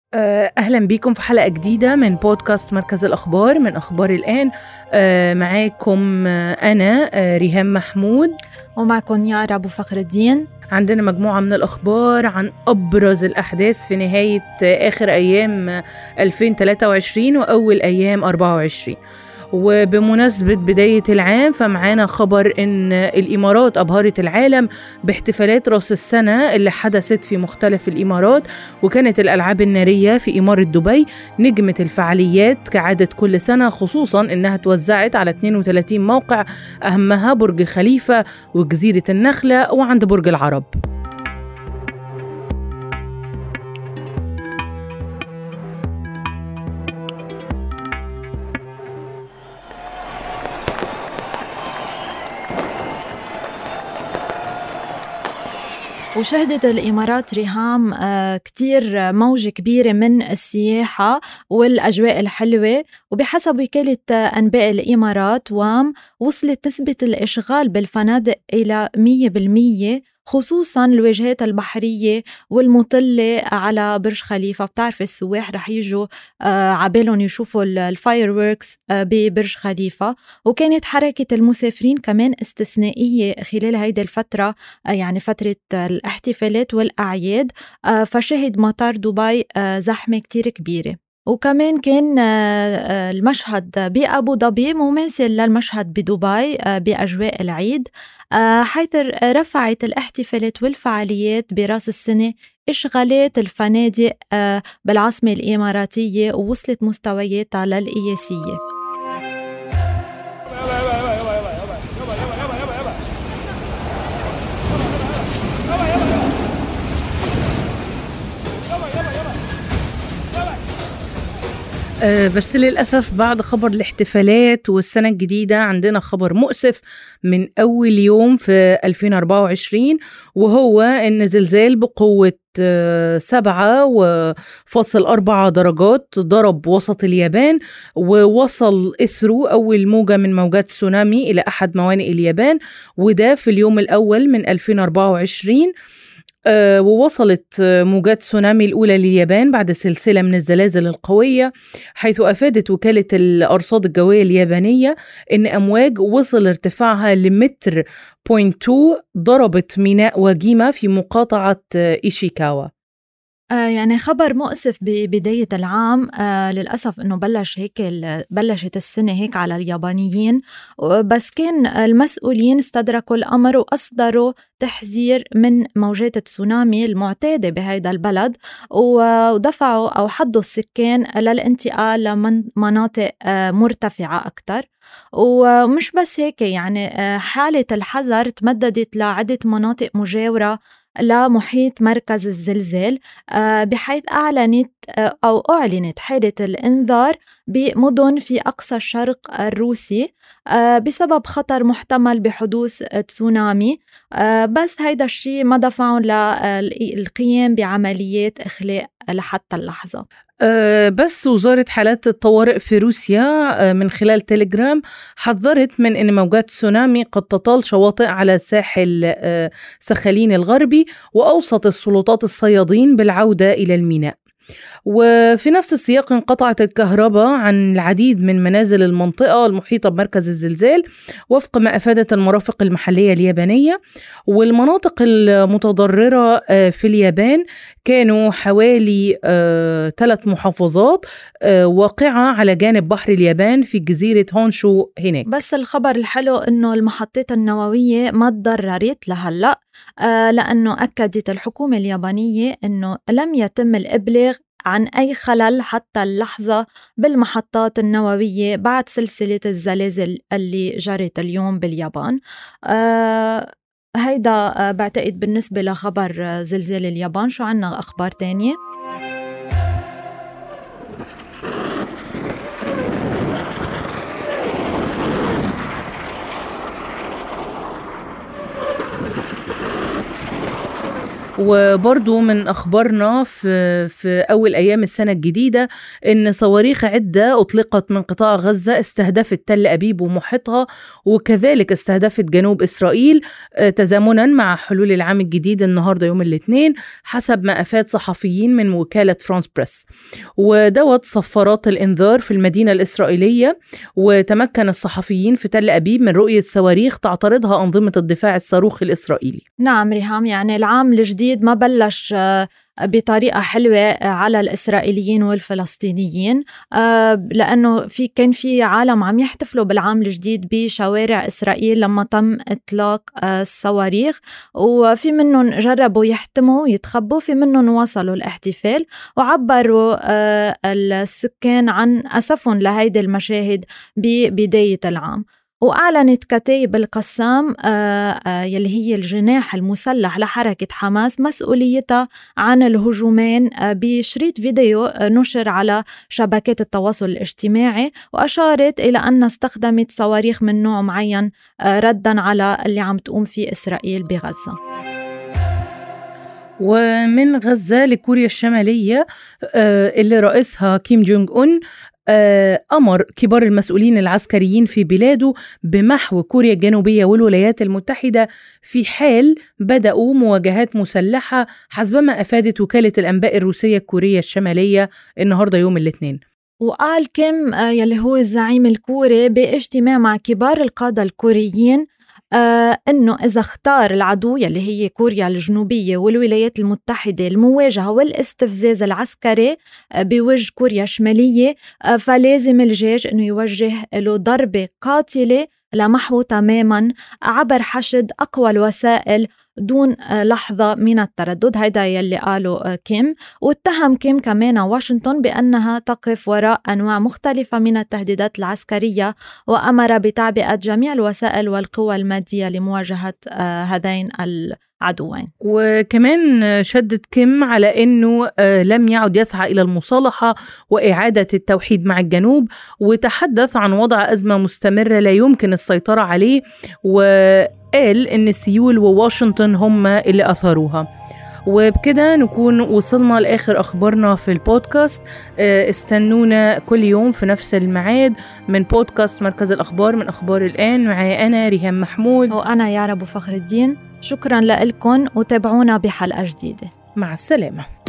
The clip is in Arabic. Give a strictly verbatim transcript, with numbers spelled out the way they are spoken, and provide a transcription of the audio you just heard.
آه، أهلا بيكم في حلقة جديدة من بودكاست مركز الأخبار من أخبار الآن. آه، معاكم آه، أنا آه، ريهام محمود، ومعكم يارا أبو فخر الدين. عندنا مجموعة من الأخبار عن أبرز الأحداث في نهاية آه، آخر أيام آه، ألفين وثلاثة وعشرين وأول أيام أربعة وعشرين. وبمناسبة بداية العام فمعانا خبر إن الإمارات أبهرت العالم باحتفالات رأس السنة اللي حدثت في مختلف الإمارات، وكانت الألعاب النارية في إمارة دبي نجمة الفعاليات كعادة كل سنة، خصوصا إنها توزعت على اثنين وثلاثين موقع، أهمها برج خليفة وجزيرة النخلة وعند برج العرب. وشهدت الإمارات ريهام كتير موجة كبيرة من السياحة والأجواء الحلوة، وبحسب وكالة أنباء الإمارات وام وصلت نسبة الإشغال بالفنادق إلى مية بالمية، خصوصاً الواجهات البحرية والمطلة على برج خليفة. بتعرف السواح رح يجوا عبالهم يشوفوا الفايرووركس ببرج خليفة، وكانت حركة المسافرين كمان استثنائية خلال هيدي الفترة، يعني فترة الاحتفالات والأعياد، فشهد مطار دبي زحمة كتير كبيرة. وكمان كان المشهد بأبو ظبي مماثل للمشهد بدبي بأجواء العيد، حيث رفعت الاحتفالات والفعاليات براس السنة إشغالات الفنادق بالعاصمة الإماراتية، ووصلت مستوياتها للقياسية. أه بس للأسف بعد خبر الاحتفالات والسنة الجديدة عندنا خبر مؤسف من أول يوم في ألفين وأربعة وعشرين، وهو أن زلزال بقوة أه سبعة وفاصل أربعة درجات ضرب وسط اليابان، ووصل إثره أول موجة من موجات تسونامي إلى أحد موانئ اليابان، وده في اليوم الأول من ألفين وأربعة وعشرين. أه ووصلت موجات تسونامي الأولى لليابان بعد سلسلة من الزلازل القوية، حيث أفادت وكالة الأرصاد الجوية اليابانية أن أمواج وصل ارتفاعها لمتر بوينت تو ضربت ميناء واجيما في مقاطعة إيشيكاوا. آه يعني خبر مؤسف ببداية العام. آه للأسف أنه بلش هيك بلشت السنة هيك على اليابانيين، بس كان المسؤولين استدركوا الأمر وأصدروا تحذير من موجات التسونامي المعتادة بهذا البلد، ودفعوا أو حضوا السكان للانتقال لمناطق آه مرتفعة أكتر. ومش بس هيك، يعني آه حالة الحذر تمددت لعدة مناطق مجاورة لمحيط مركز الزلزال، بحيث أعلنت أو أعلنت حالة الإنذار بمدن في أقصى الشرق الروسي بسبب خطر محتمل بحدوث تسونامي. بس هيدا الشيء ما دفعهم للقيام بعمليات إخلاء لحتى اللحظة. أه بس وزارة حالات الطوارئ في روسيا أه من خلال تيليجرام حذرت من أن موجات تسونامي قد تطال شواطئ على ساحل أه سخالين الغربي، وأوصت السلطات الصيادين بالعودة إلى الميناء. وفي نفس السياق انقطعت الكهرباء عن العديد من منازل المنطقة المحيطة بمركز الزلزال وفق ما أفادت المرافق المحلية اليابانية. والمناطق المتضررة في اليابان كانوا حوالي ثلاث محافظات واقعة على جانب بحر اليابان في جزيرة هونشو هناك. بس الخبر الحلو إنه المحطات النووية ما تضررت لهلأ، لأنه أكدت الحكومة اليابانية إنه لم يتم الإبلاغ عن أي خلل حتى اللحظة بالمحطات النووية بعد سلسلة الزلازل اللي جرت اليوم باليابان. آه هيدا آه بعتقد بالنسبة لخبر زلزال اليابان. شو عنا أخبار تانية؟ وبرضو من أخبارنا في, في أول أيام السنة الجديدة إن صواريخ عدة أطلقت من قطاع غزة استهدفت تل أبيب ومحيطها، وكذلك استهدفت جنوب إسرائيل تزامنا مع حلول العام الجديد النهاردة يوم الاثنين، حسب ما أفاد صحفيين من وكالة فرانس بريس. ودوت صفارات الإنذار في المدينة الإسرائيلية، وتمكن الصحفيين في تل أبيب من رؤية صواريخ تعترضها أنظمة الدفاع الصاروخي الإسرائيلي. نعم ريهام، يعني العام الجديد ما بلش بطريقة حلوة على الإسرائيليين والفلسطينيين، لأنه في كان في عالم عم يحتفلوا بالعام الجديد بشوارع إسرائيل لما تم إطلاق الصواريخ، وفي منهم جربوا يحتموا يتخبوا، في منهم وصلوا الاحتفال، وعبروا السكان عن أسفهم لهيدي المشاهد ببداية العام. وأعلنت كتائب القسام يلي هي الجناح المسلح لحركة حماس مسؤوليتها عن الهجومين بشريط فيديو نشر على شبكات التواصل الاجتماعي، وأشارت إلى أن استخدمت صواريخ من نوع معين رداً على اللي عم تقوم فيه إسرائيل بغزة. ومن غزة لكوريا الشمالية اللي رئيسها كيم جونج أون أمر كبار المسؤولين العسكريين في بلاده بمحو كوريا الجنوبية والولايات المتحدة في حال بدأوا مواجهات مسلحة، حسبما أفادت وكالة الأنباء الروسية الكورية الشمالية النهاردة يوم الاثنين. وقال كيم يلي هو الزعيم الكوري باجتماع مع كبار القادة الكوريين آه إنه إذا اختار العدو يلي هي كوريا الجنوبية والولايات المتحدة المواجهة والاستفزاز العسكري آه بوجه كوريا الشمالية، آه فلازم الجيش إنه يوجه له ضربة قاتلة لمحو تماماً عبر حشد أقوى الوسائل دون لحظة من التردد. هيدا يلي قالوا كيم. واتهم كيم كمان واشنطن بأنها تقف وراء أنواع مختلفة من التهديدات العسكرية، وأمر بتعبئة جميع الوسائل والقوى المادية لمواجهة هذين العدوين. وكمان شدد كيم على أنه لم يعد يسعى إلى المصالحة وإعادة التوحيد مع الجنوب، وتحدث عن وضع أزمة مستمرة لا يمكن السيطرة عليه، وقال أن سيول وواشنطن هم اللي أثاروها. وبكده نكون وصلنا لآخر أخبارنا في البودكاست. استنونا كل يوم في نفس الميعاد من بودكاست مركز الأخبار من أخبار الآن، معي أنا ريهام محمود وأنا يارب فخر الدين. شكرا لكم وتابعونا بحلقة جديدة. مع السلامة.